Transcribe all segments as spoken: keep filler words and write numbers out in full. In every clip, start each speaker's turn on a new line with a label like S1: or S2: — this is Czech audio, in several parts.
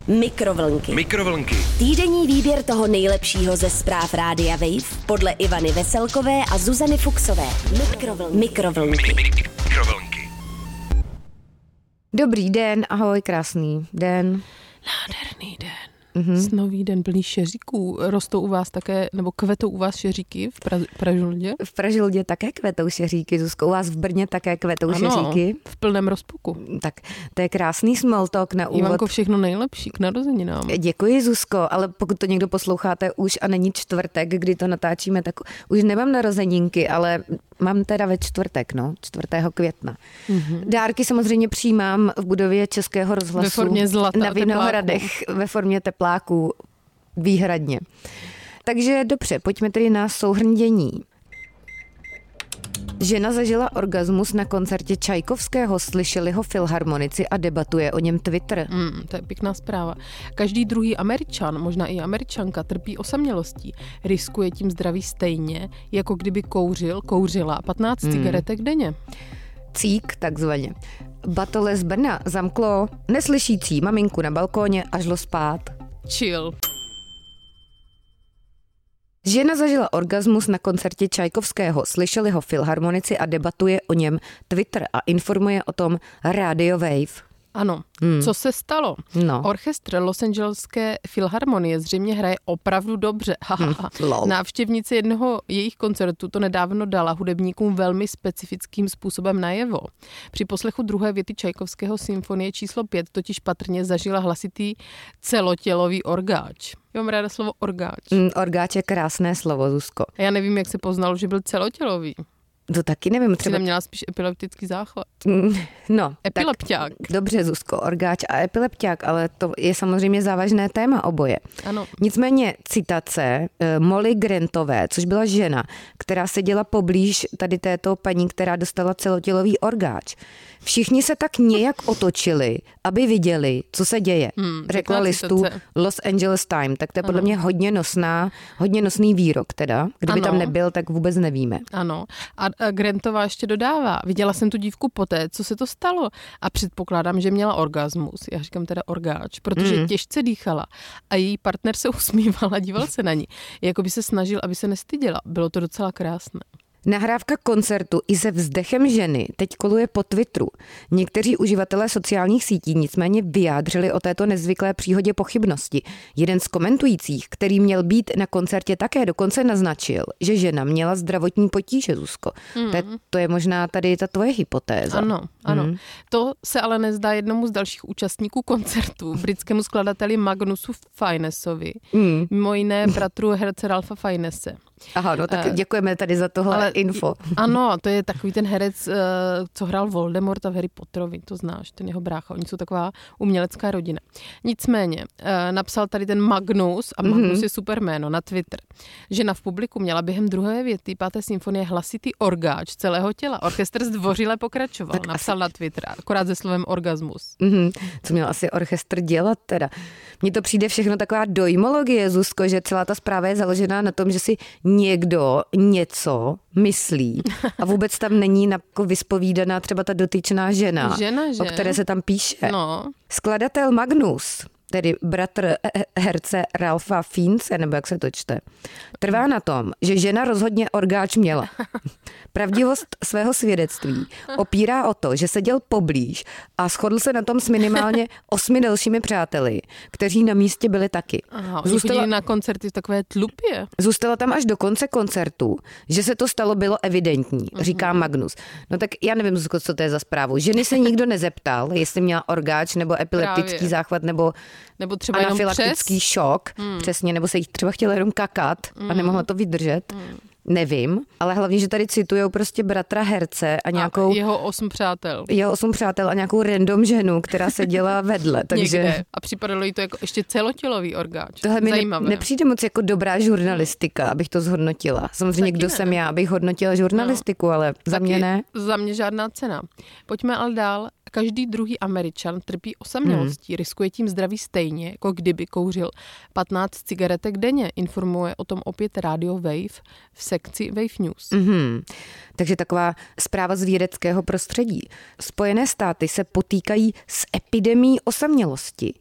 S1: Mikrovlnky.
S2: Mikrovlnky.
S1: Týdenní výběr toho nejlepšího ze zpráv Rádia Wave podle Ivany Veselkové a Zuzany Fuxové. Mikrovlnky. Mikrovlnky.
S2: Mikrovlnky.
S3: Dobrý den, ahoj, krásný den.
S4: Nádherný den. Mm-hmm. Snový den plný šeříků. Rostou u vás také, nebo kvetou u vás šeříky v pra- Pražildě?
S3: V Pražildě také kvetou šeříky, Zuzko, u vás v Brně také kvetou ano, šeříky.
S4: v plném rozpuku.
S3: Tak to je krásný small talk na úvod.
S4: Ivanko, všechno nejlepší k narozeninám.
S3: Děkuji, Zuzko, ale pokud to někdo posloucháte už a není čtvrtek, kdy to natáčíme, tak už nemám narozeninky, ale mám teda ve čtvrtek, no, čtvrtého května. Mm-hmm. Dárky samozřejmě přijímám v budově Českého rozhlasu.
S4: Ve formě zlata
S3: na Vinohradech, ve formě tepláků výhradně. Takže dobře, pojďme tedy na souhrn dění. Žena zažila orgasmus na koncertě Čajkovského, slyšeli ho filharmonici a debatuje o něm Twitter.
S4: Mm, to je pěkná zpráva. Každý druhý Američan, možná i Američanka, trpí osamělostí. Riskuje tím zdraví stejně, jako kdyby kouřil, kouřila patnáct mm. cigaretek denně.
S3: Cík, takzvaně. Batole z Brna zamklo neslyšící maminku na balkóně a šlo spát.
S4: Chill.
S3: Žena zažila orgasmus na koncertě Čajkovského, slyšeli ho filharmonici a debatuje o něm Twitter a informuje o tom Radio Wave.
S4: Ano, hmm. co se stalo?
S3: No.
S4: Orchestr Los Angeleské filharmonie zřejmě hraje opravdu dobře. Hmm, Návštěvnice jednoho jejich koncertů to nedávno dala hudebníkům velmi specifickým způsobem najevo. Při poslechu druhé věty Čajkovského symfonie číslo pět totiž patrně zažila hlasitý celotělový orgáč. Já mám ráda slovo orgáč.
S3: Mm, orgáč je krásné slovo, Zuzko.
S4: A já nevím, jak se poznalo, že byl celotělový.
S3: To taky nevím.
S4: Třeba neměla spíš epileptický záchvat.
S3: No.
S4: Epilepťák.
S3: Tak, dobře, Zuzko, orgáč a epilepťák, ale to je samozřejmě závažné téma oboje.
S4: Ano.
S3: Nicméně citace Molly Grantové, což byla žena, která seděla poblíž tady této paní, která dostala celotělový orgáč. Všichni se tak nějak otočili, aby viděli, co se děje. Hmm, řekla listu Los Angeles Times, tak to je podle ano. mě hodně nosná, hodně nosný výrok teda. Kdyby ano. tam nebyl, tak vůbec nevíme.
S4: Ano. A Grantová ještě dodává, viděla jsem tu dívku poté, co se to stalo a předpokládám, že měla orgasmus. Já říkám teda orgáč, protože hmm. těžce dýchala a její partner se usmíval a díval se na ní. Jako by se snažil, aby se nestyděla. Bylo to docela krásné.
S3: Nahrávka koncertu i se vzdechem ženy teď koluje po Twitteru. Někteří uživatelé sociálních sítí nicméně vyjádřili o této nezvyklé příhodě pochybnosti. Jeden z komentujících, který měl být na koncertě, také dokonce naznačil, že žena měla zdravotní potíže, Zuzko. Mm. To, je, to je možná tady ta tvoje hypotéza.
S4: Ano, ano. Mm. To se ale nezdá jednomu z dalších účastníků koncertu, britskému skladateli Magnusu Fiennesovi, mm. mimo jiné bratru herce Ralfa Fiennese.
S3: Aha, no tak děkujeme tady za tohle ale, info.
S4: Ano, to je takový ten herec, co hrál Voldemorta v Harry Potterovi, to znáš, ten jeho brácha. Oni jsou taková umělecká rodina. Nicméně, napsal tady ten Magnus, a Magnus mm-hmm. je super jméno, na Twitter. Žena v publiku měla během druhé věty páté symfonie hlasitý orgáč celého těla. Orchestr zdvořile pokračoval, tak napsal asi na Twitter, akorát se slovem orgasmus.
S3: Mm-hmm. Co měl asi orchestr dělat teda? Mně to přijde všechno taková dojmologie, Zuzko, že celá ta zpráva je založená na tom, že si někdo něco myslí a vůbec tam není jako vyspovídaná třeba ta dotyčná žena,
S4: žena že?
S3: o které se tam píše.
S4: No.
S3: Skladatel Magnus, tedy bratr herce Ralfa Fiennese, nebo jak se to čte, trvá na tom, že žena rozhodně orgáč měla. Pravdivost svého svědectví opírá o to, že seděl poblíž a shodl se na tom s minimálně osmi dalšími přáteli, kteří na místě byli taky.
S4: Aha, oni zůstala, chodili na koncerty v takové tlupě.
S3: Zůstala tam až do konce koncertu, že se to stalo, bylo evidentní, říká Magnus. No tak já nevím, co to je za zprávu. Ženy se nikdo nezeptal, jestli měla orgáč nebo epileptický Právě. záchvat nebo,
S4: nebo třeba
S3: anafylaktický
S4: přes?
S3: šok. Hmm. Přesně, nebo se jí třeba chtěla jenom kakat hmm. a nemohla to vydržet. Hmm. Nevím, ale hlavně, že tady citujou prostě bratra herce a nějakou...
S4: A jeho osm přátel.
S3: Jeho osm přátel a nějakou random ženu, která seděla vedle. Takže...
S4: Někde. A připadalo jí to jako ještě celotělový orgáč.
S3: Tohle mi ne, nepřijde moc jako dobrá žurnalistika, abych to zhodnotila. Samozřejmě, Taky kdo ne. jsem já, abych hodnotila žurnalistiku, no. ale za Taky mě ne.
S4: Za mě žádná cena. Pojďme ale dál. Každý druhý Američan trpí osamělostí, hmm. riskuje tím zdraví stejně, jako kdyby kouřil patnáct cigaretek denně, informuje o tom opět Radio Wave v sekci Wave News.
S3: Mm-hmm. Takže taková zpráva z vědeckého prostředí. Spojené státy se potýkají s epidemií osamělosti.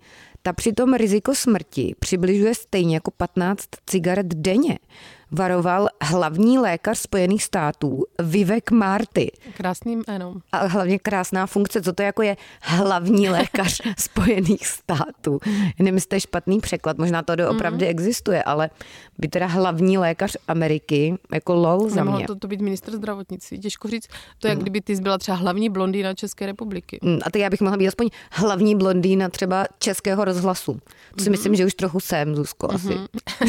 S3: Ta přitom riziko smrti přibližuje stejně jako patnáct cigaret denně. Varoval hlavní lékař Spojených států Vivek Murthy.
S4: Krásný jméno.
S3: A hlavně krásná funkce, co to jako je hlavní lékař Spojených států. Nevím, jestli to je špatný překlad, možná to doopravdy mm. existuje, ale by teda hlavní lékař Ameriky, jako lol za
S4: Nemohl
S3: mě.
S4: to, to být ministr zdravotnictví, těžko říct. To je, jak kdyby ty byla třeba hlavní blondýna České republiky.
S3: A tak já bych mohla být aspoň hlavní blondýna třeba Českého rozhlasu. To si mm. myslím, že už trochu jsem, Zuzko, asi. Mm.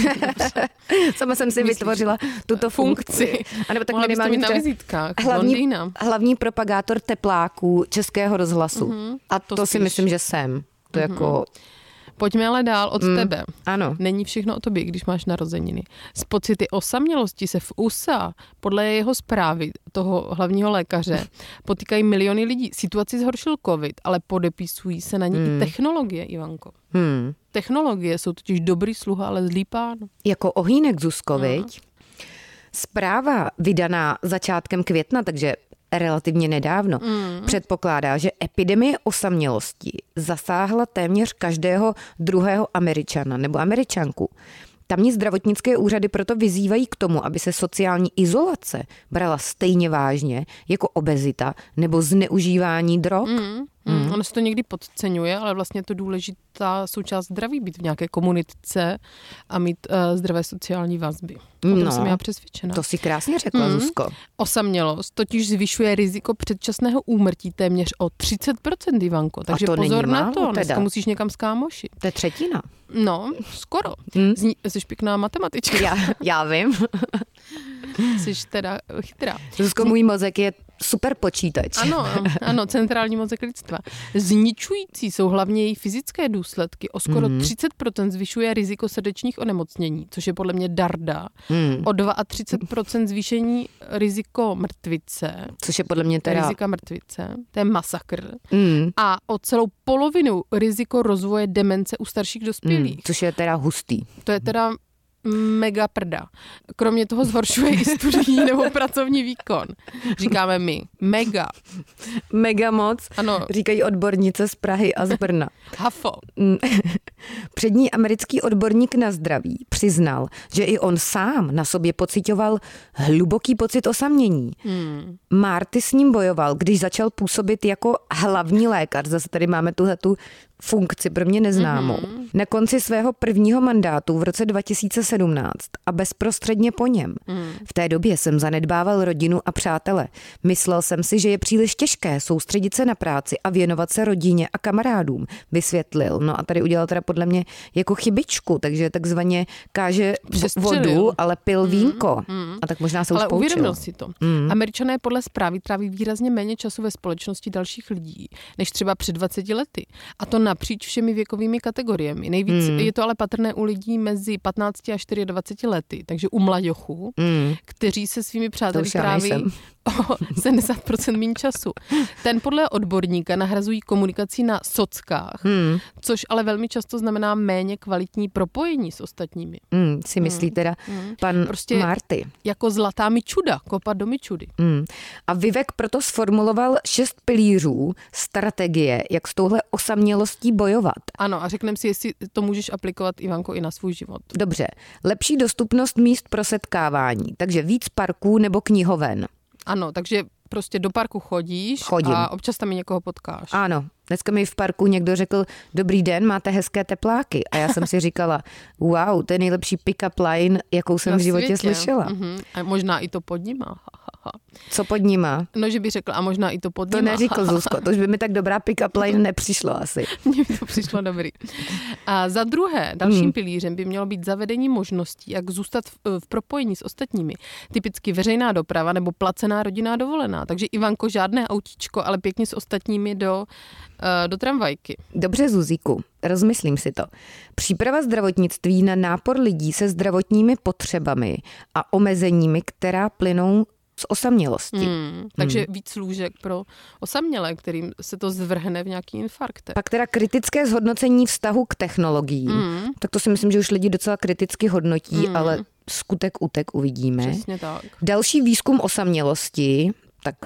S3: Sama jsem si vytvořila tuto funkci.
S4: funkci.
S3: A nebo tak
S4: mohla
S3: minimálně
S4: na vizitkách.
S3: Hlavní, hlavní propagátor tepláků Českého rozhlasu. Mm-hmm. A to, to si myslím, že jsem. To mm-hmm. jako...
S4: Pojďme ale dál od mm, tebe.
S3: Ano.
S4: Není všechno o tobě, když máš narozeniny. Z pocity osamělosti se v U S A, podle jeho zprávy, toho hlavního lékaře, potýkají miliony lidí. Situaci zhoršil covid, ale podepisují se na ní mm. i technologie, Ivanko.
S3: Hmm.
S4: Technologie jsou totiž dobrý sluha, ale zlý pán.
S3: Jako ohýnek, Zuzko, viď? Zpráva vydaná začátkem května, takže relativně nedávno, mm. předpokládá, že epidemie osamělosti zasáhla téměř každého druhého Američana nebo Američanku. Tamní zdravotnické úřady proto vyzývají k tomu, aby se sociální izolace brala stejně vážně jako obezita nebo zneužívání drog.
S4: Mm. Mm. Ono se to někdy podceňuje, ale vlastně je to důležitá součást zdraví, být v nějaké komunitce a mít uh, zdravé sociální vazby. O tom
S3: no,
S4: jsem já přesvědčená.
S3: To si krásně řekla, mm. Zuzko.
S4: Osamělost totiž zvyšuje riziko předčasného úmrtí téměř o třicet procent, Ivanko. Takže
S3: to
S4: pozor
S3: málo,
S4: na to,
S3: teda.
S4: to musíš někam skámošit.
S3: To je třetina.
S4: No, skoro.
S3: Hmm?
S4: Zní, jsi pěkná matematička.
S3: Já, já vím.
S4: Jsi teda chytrá.
S3: Zuzko, můj mozek je super počítač.
S4: Ano, ano, centrální mozek lidstva. Zničující jsou hlavně její fyzické důsledky. O skoro mm. třicet procent zvyšuje riziko srdečních onemocnění, což je podle mě darda. Mm. O třicet dva procent zvýšení riziko mrtvice.
S3: Což je podle mě teda...
S4: Rizika mrtvice. To je masakr.
S3: Mm.
S4: A o celou polovinu riziko rozvoje demence u starších dospělých.
S3: Mm. Což je teda hustý.
S4: To je teda... mega prda. Kromě toho zhoršuje i studijní nebo pracovní výkon. Říkáme my. Mega.
S3: Mega moc.
S4: Ano.
S3: Říkají odbornice z Prahy a z Brna.
S4: Hafo.
S3: Přední americký odborník na zdraví přiznal, že i on sám na sobě pociťoval hluboký pocit osamění. Hmm. Murthy s ním bojoval, když začal působit jako hlavní lékař. Zase tady máme tuhletu funkci pro mě neznámou. Mm-hmm. Na konci svého prvního mandátu v roce dva tisíce sedmnáct a bezprostředně po něm. Mm. V té době jsem zanedbával rodinu a přátele. Myslel jsem si, že je příliš těžké soustředit se na práci a věnovat se rodině a kamarádům, vysvětlil. No a tady udělal teda podle mě jako chybičku, takže takzvaně káže vodu, ale pil vínko. Mm. A tak možná se už
S4: ale
S3: poučil.
S4: uvědomil si to. Mm. Američané podle zprávy tráví výrazně méně času ve společnosti dalších lidí, než třeba před dvaceti lety. A to napříč všemi věkovými kategoriemi. Nejvíc mm. je to ale patrné u lidí mezi patnácti a dvaceti čtyřmi lety, takže u mladěchů, mm. kteří se svými přáteli tráví o sedmdesát procent méně času. Ten podle odborníka nahrazují komunikací na sockách, mm. což ale velmi často znamená méně kvalitní propojení s ostatními.
S3: Mm, si myslí teda mm. pan
S4: prostě
S3: Murthy.
S4: Jako zlatá mičuda, kopat do mičudy.
S3: Mm. A Vivek proto sformuloval šest pilířů strategie, jak s touhle osamělostí bojovat.
S4: Ano, a řekneme si, jestli to můžeš aplikovat, Ivanko, i na svůj život.
S3: Dobře. Lepší dostupnost míst pro setkávání, takže víc parků nebo knihoven.
S4: Ano, takže prostě do parku chodíš
S3: Chodím.
S4: A občas tam i někoho potkáš.
S3: Ano. Dneska mi v parku někdo řekl, dobrý den, máte hezké tepláky. A já jsem si říkala, wow, to je nejlepší pick-up line, jakou jsem
S4: na
S3: v životě
S4: světě.
S3: slyšela.
S4: Uh-huh. A možná i to pod nima.
S3: Co pod nima?
S4: No, že by řekl, a možná i to pod
S3: to
S4: nima.
S3: To neříkl, Zuzko, to už by mi tak dobrá pick-up line nepřišlo asi.
S4: Mně by to přišlo dobrý. A za druhé, dalším
S3: hmm.
S4: pilířem by mělo být zavedení možností, jak zůstat v, v propojení s ostatními. Typicky veřejná doprava nebo placená rodinná dovolená. Takže Ivanko, žádné autíčko, ale pěkně s ostatními do, do tramvajky.
S3: Dobře, Zuzíku, rozmyslím si to. Příprava zdravotnictví na nápor lidí se zdravotními potřebami a omezeními, která plynou z osamělosti.
S4: Hmm, takže hmm. víc lůžek pro osamělé, kterým se to zvrhne v nějaký infarkt.
S3: Pak teda kritické zhodnocení vztahu k technologiím. Hmm. Tak to si myslím, že už lidi docela kriticky hodnotí, hmm. ale skutek utek uvidíme.
S4: Přesně tak.
S3: Další výzkum osamělosti, tak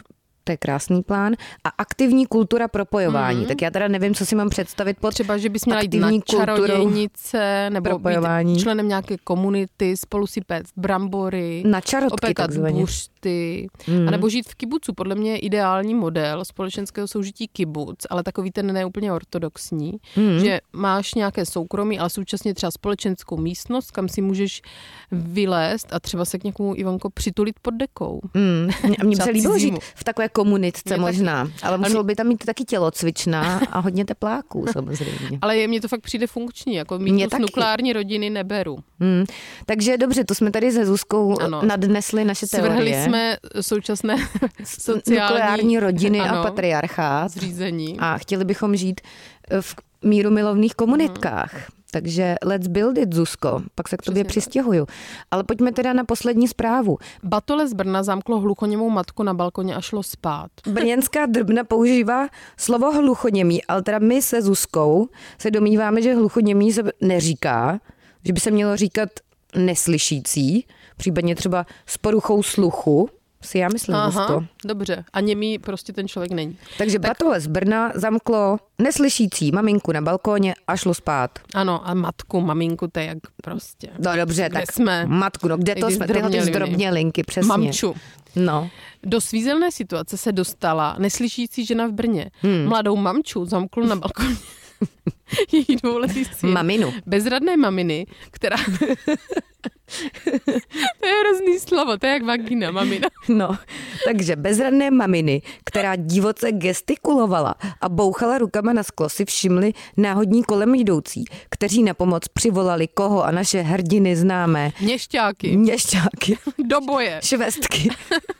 S3: to je krásný plán. A aktivní kultura propojování. Mm. Tak já teda nevím, co si mám představit pod
S4: třeba, že bys měla jít na čarodějnice nebo propojování. Být členem nějaké komunity, spolu si péct brambory,
S3: na čarotky
S4: opékat buřty, mm. anebo žít v kibucu. Podle mě je ideální model společenského soužití kibuc, ale takový ten neúplně ortodoxní, mm. že máš nějaké soukromí, ale současně třeba společenskou místnost, kam si můžeš vylézt a třeba se k někomu, Ivanko, přitulit pod dekou.
S3: Mm. A mně by se líbilo žít v takové komunitce možná, taky. Ale muselo by tam mít taky tělocvičná a hodně tepláků samozřejmě.
S4: Ale mně to fakt přijde funkční, jako mít nukleární rodiny neberu.
S3: Mm. Takže dobře, to jsme tady se Zuzkou ano. nadnesli naše teorie.
S4: Svrhli jsme současné sociální
S3: nukleární rodiny ano, a patriarchát.
S4: Zřízení.
S3: A chtěli bychom žít v mírumilovných komunitkách. Mm. Takže let's build it, Zuzko. Pak se k tobě přistěhuju. Ale pojďme teda na poslední zprávu.
S4: Batole z Brna zamklo hluchoněmou matku na balkoně a šlo spát.
S3: Brněnská Drbna používá slovo hluchoněmý, ale teda my se Zuzkou se domníváme, že hluchoněmý se neříká, že by se mělo říkat neslyšící, případně třeba s poruchou sluchu. Si já myslím, Zuzko.
S4: Dobře. A němý prostě ten člověk není.
S3: Takže tak... Batole z Brna zamklo neslyšící maminku na balkóně a šlo spát.
S4: Ano, a matku, maminku, to je jak prostě.
S3: No dobře,
S4: kde
S3: tak
S4: jsme?
S3: Matku, no kde to jsme? Tyhle ty zdrobnělinky, přesně.
S4: Mamču.
S3: No.
S4: Do svízelné situace se dostala neslyšící žena v Brně. Hmm. Mladou mamču zamkl na balkóně. Její dvouletý syn.
S3: Maminu.
S4: Bezradné maminy, která... To je hrozný slovo, to je jak vagina, mamina.
S3: No, takže bezradné maminy, která divoce gestikulovala a bouchala rukama na sklo, si všimli náhodní kolem jdoucí, kteří na pomoc přivolali koho a naše hrdiny známé.
S4: Měšťáky.
S3: Měšťáky.
S4: Do boje.
S3: Švestky.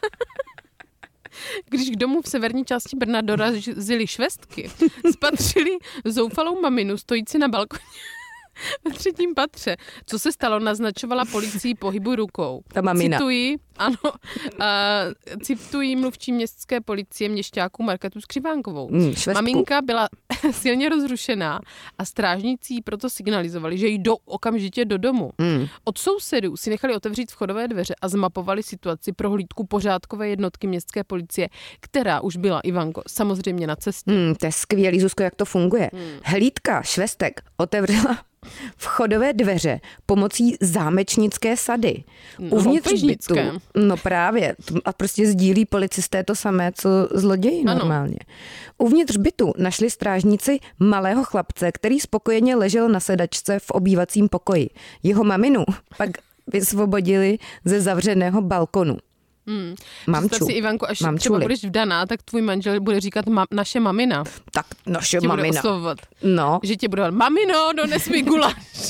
S4: Když k domu v severní části Brna dorazily švestky, spatřili zoufalou maminu stojící na balkoně ve třetím patře. Co se stalo, naznačovala policii pohybu rukou.
S3: Ta mamina.
S4: Cituji, ano, uh, cituji mluvčí městské policie měšťáků Marketu Skřivánkovou.
S3: Mm,
S4: Maminka byla silně rozrušená a strážníci jí proto signalizovali, že jdou okamžitě do domu. Mm. Od sousedů si nechali otevřít vchodové dveře a zmapovali situaci pro hlídku pořádkové jednotky městské policie, která už byla, Ivanko, samozřejmě na cestě. Mm,
S3: to je skvělý, Zuzko, jak to funguje. Mm. Hlídka švestek otevřela vchodové dveře pomocí zámečnické sady.
S4: No,
S3: Uvnitř bytu, no právě, a prostě sdílí policisté to samé, co zloději normálně. Ano. Uvnitř bytu našli strážníci malého chlapce, který spokojeně ležel na sedačce v obývacím pokoji. Jeho maminu pak vysvobodili ze zavřeného balkonu.
S4: Hmm. Představ si, Ivanko, až Mamčuli. Třeba budeš vdaná, tak tvůj manžel bude říkat ma- naše mamina.
S3: Tak naše
S4: tě
S3: mamina.
S4: Bude oslovovat.
S3: No.
S4: Že tě bude říkat, mamino, dones mi guláš.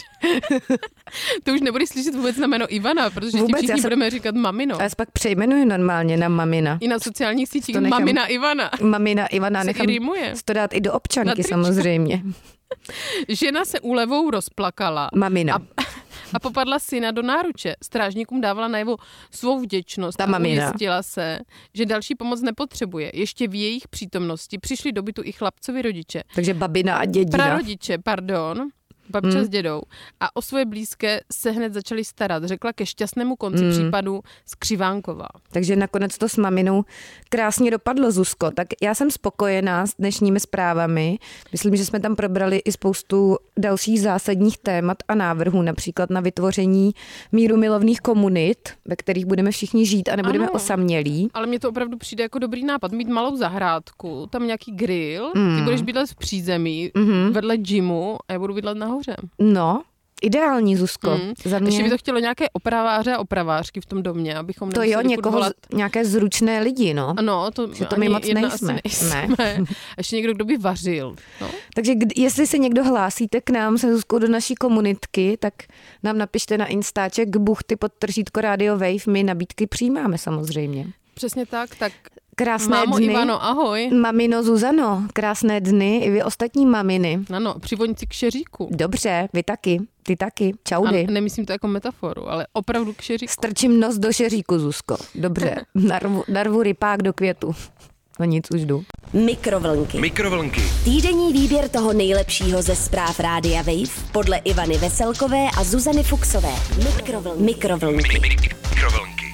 S4: To už nebudeš slyšet vůbec na jméno Ivana, protože vůbec, ti všichni se... budeme říkat mamino.
S3: A já se pak přejmenuji normálně na mamina.
S4: I na sociálních sítích nechám... mamina Ivana.
S3: Mamina Ivana,
S4: se
S3: nechám to dát i do občanky samozřejmě.
S4: Žena se úlevou rozplakala.
S3: Mamina.
S4: A... A popadla syna do náruče. Strážníkům dávala najevo svou vděčnost
S3: Ta
S4: a
S3: mamina.
S4: ujistila se, že další pomoc nepotřebuje. Ještě v jejich přítomnosti přišli do bytu i chlapcovi rodiče.
S3: Takže babina a dědina.
S4: Prarodiče, pardon. Babča hmm. s dědou. A o svoje blízké se hned začali starat. Řekla ke šťastnému konci hmm. případu Skřivánková.
S3: Takže nakonec to s maminou krásně dopadlo, Zuzko. Tak já jsem spokojená s dnešními zprávami. Myslím, že jsme tam probrali i spoustu dalších zásadních témat a návrhů, například na vytvoření mírumilovných komunit, ve kterých budeme všichni žít a nebudeme ano, osamělí.
S4: Ale mně to opravdu přijde jako dobrý nápad. Mít malou zahrádku, tam nějaký grill, hmm. ty budeš bydlet v přízemí, hmm. vedle gymu a já budu bydlet nahoře.
S3: No, ideální, Zuzko. Mm. Za mě...
S4: Ještě by to chtělo nějaké opraváře a opravářky v tom domě, abychom
S3: to jo, někoho,
S4: volat...
S3: nějaké zručné lidi, no.
S4: Ano, to,
S3: že to my moc nejsme.
S4: nejsme. Ne. Ještě někdo, kdo by vařil. No.
S3: Takže kdy, jestli se někdo hlásíte k nám se Zuzkou do naší komunitky, tak nám napište na Instaček buchty podtržítko Radio Wave, my nabídky přijímáme samozřejmě.
S4: Přesně tak, tak
S3: krásné
S4: Mámo
S3: dny.
S4: Ivano, ahoj.
S3: Mamino Zuzano, krásné dny i vy ostatní maminy.
S4: Ano, přivoň si k šeříku.
S3: Dobře, vy taky, ty taky. Čaudy.
S4: A nemyslím to jako metaforu, ale opravdu k šeříku.
S3: Strčím nos do šeříku, Zuzko. Dobře, narvu, narvu rypák do květu. No nic, už jdu.
S1: Mikrovlnky.
S2: Mikrovlnky.
S1: Týdenní výběr toho nejlepšího ze zpráv Rádia Wave podle Ivany Veselkové a Zuzany Fuksové. Mikrovlnky. Mikrovlnky.
S2: Mikrovlnky.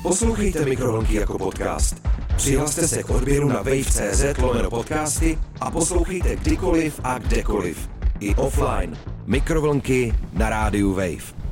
S2: Poslouchejte Mikrovlnky jako podcast. Přihlaste se k odběru na wave.cz lomeno podcasty a poslouchejte kdykoliv a kdekoliv. I offline. Mikrovlnky na rádiu Wave.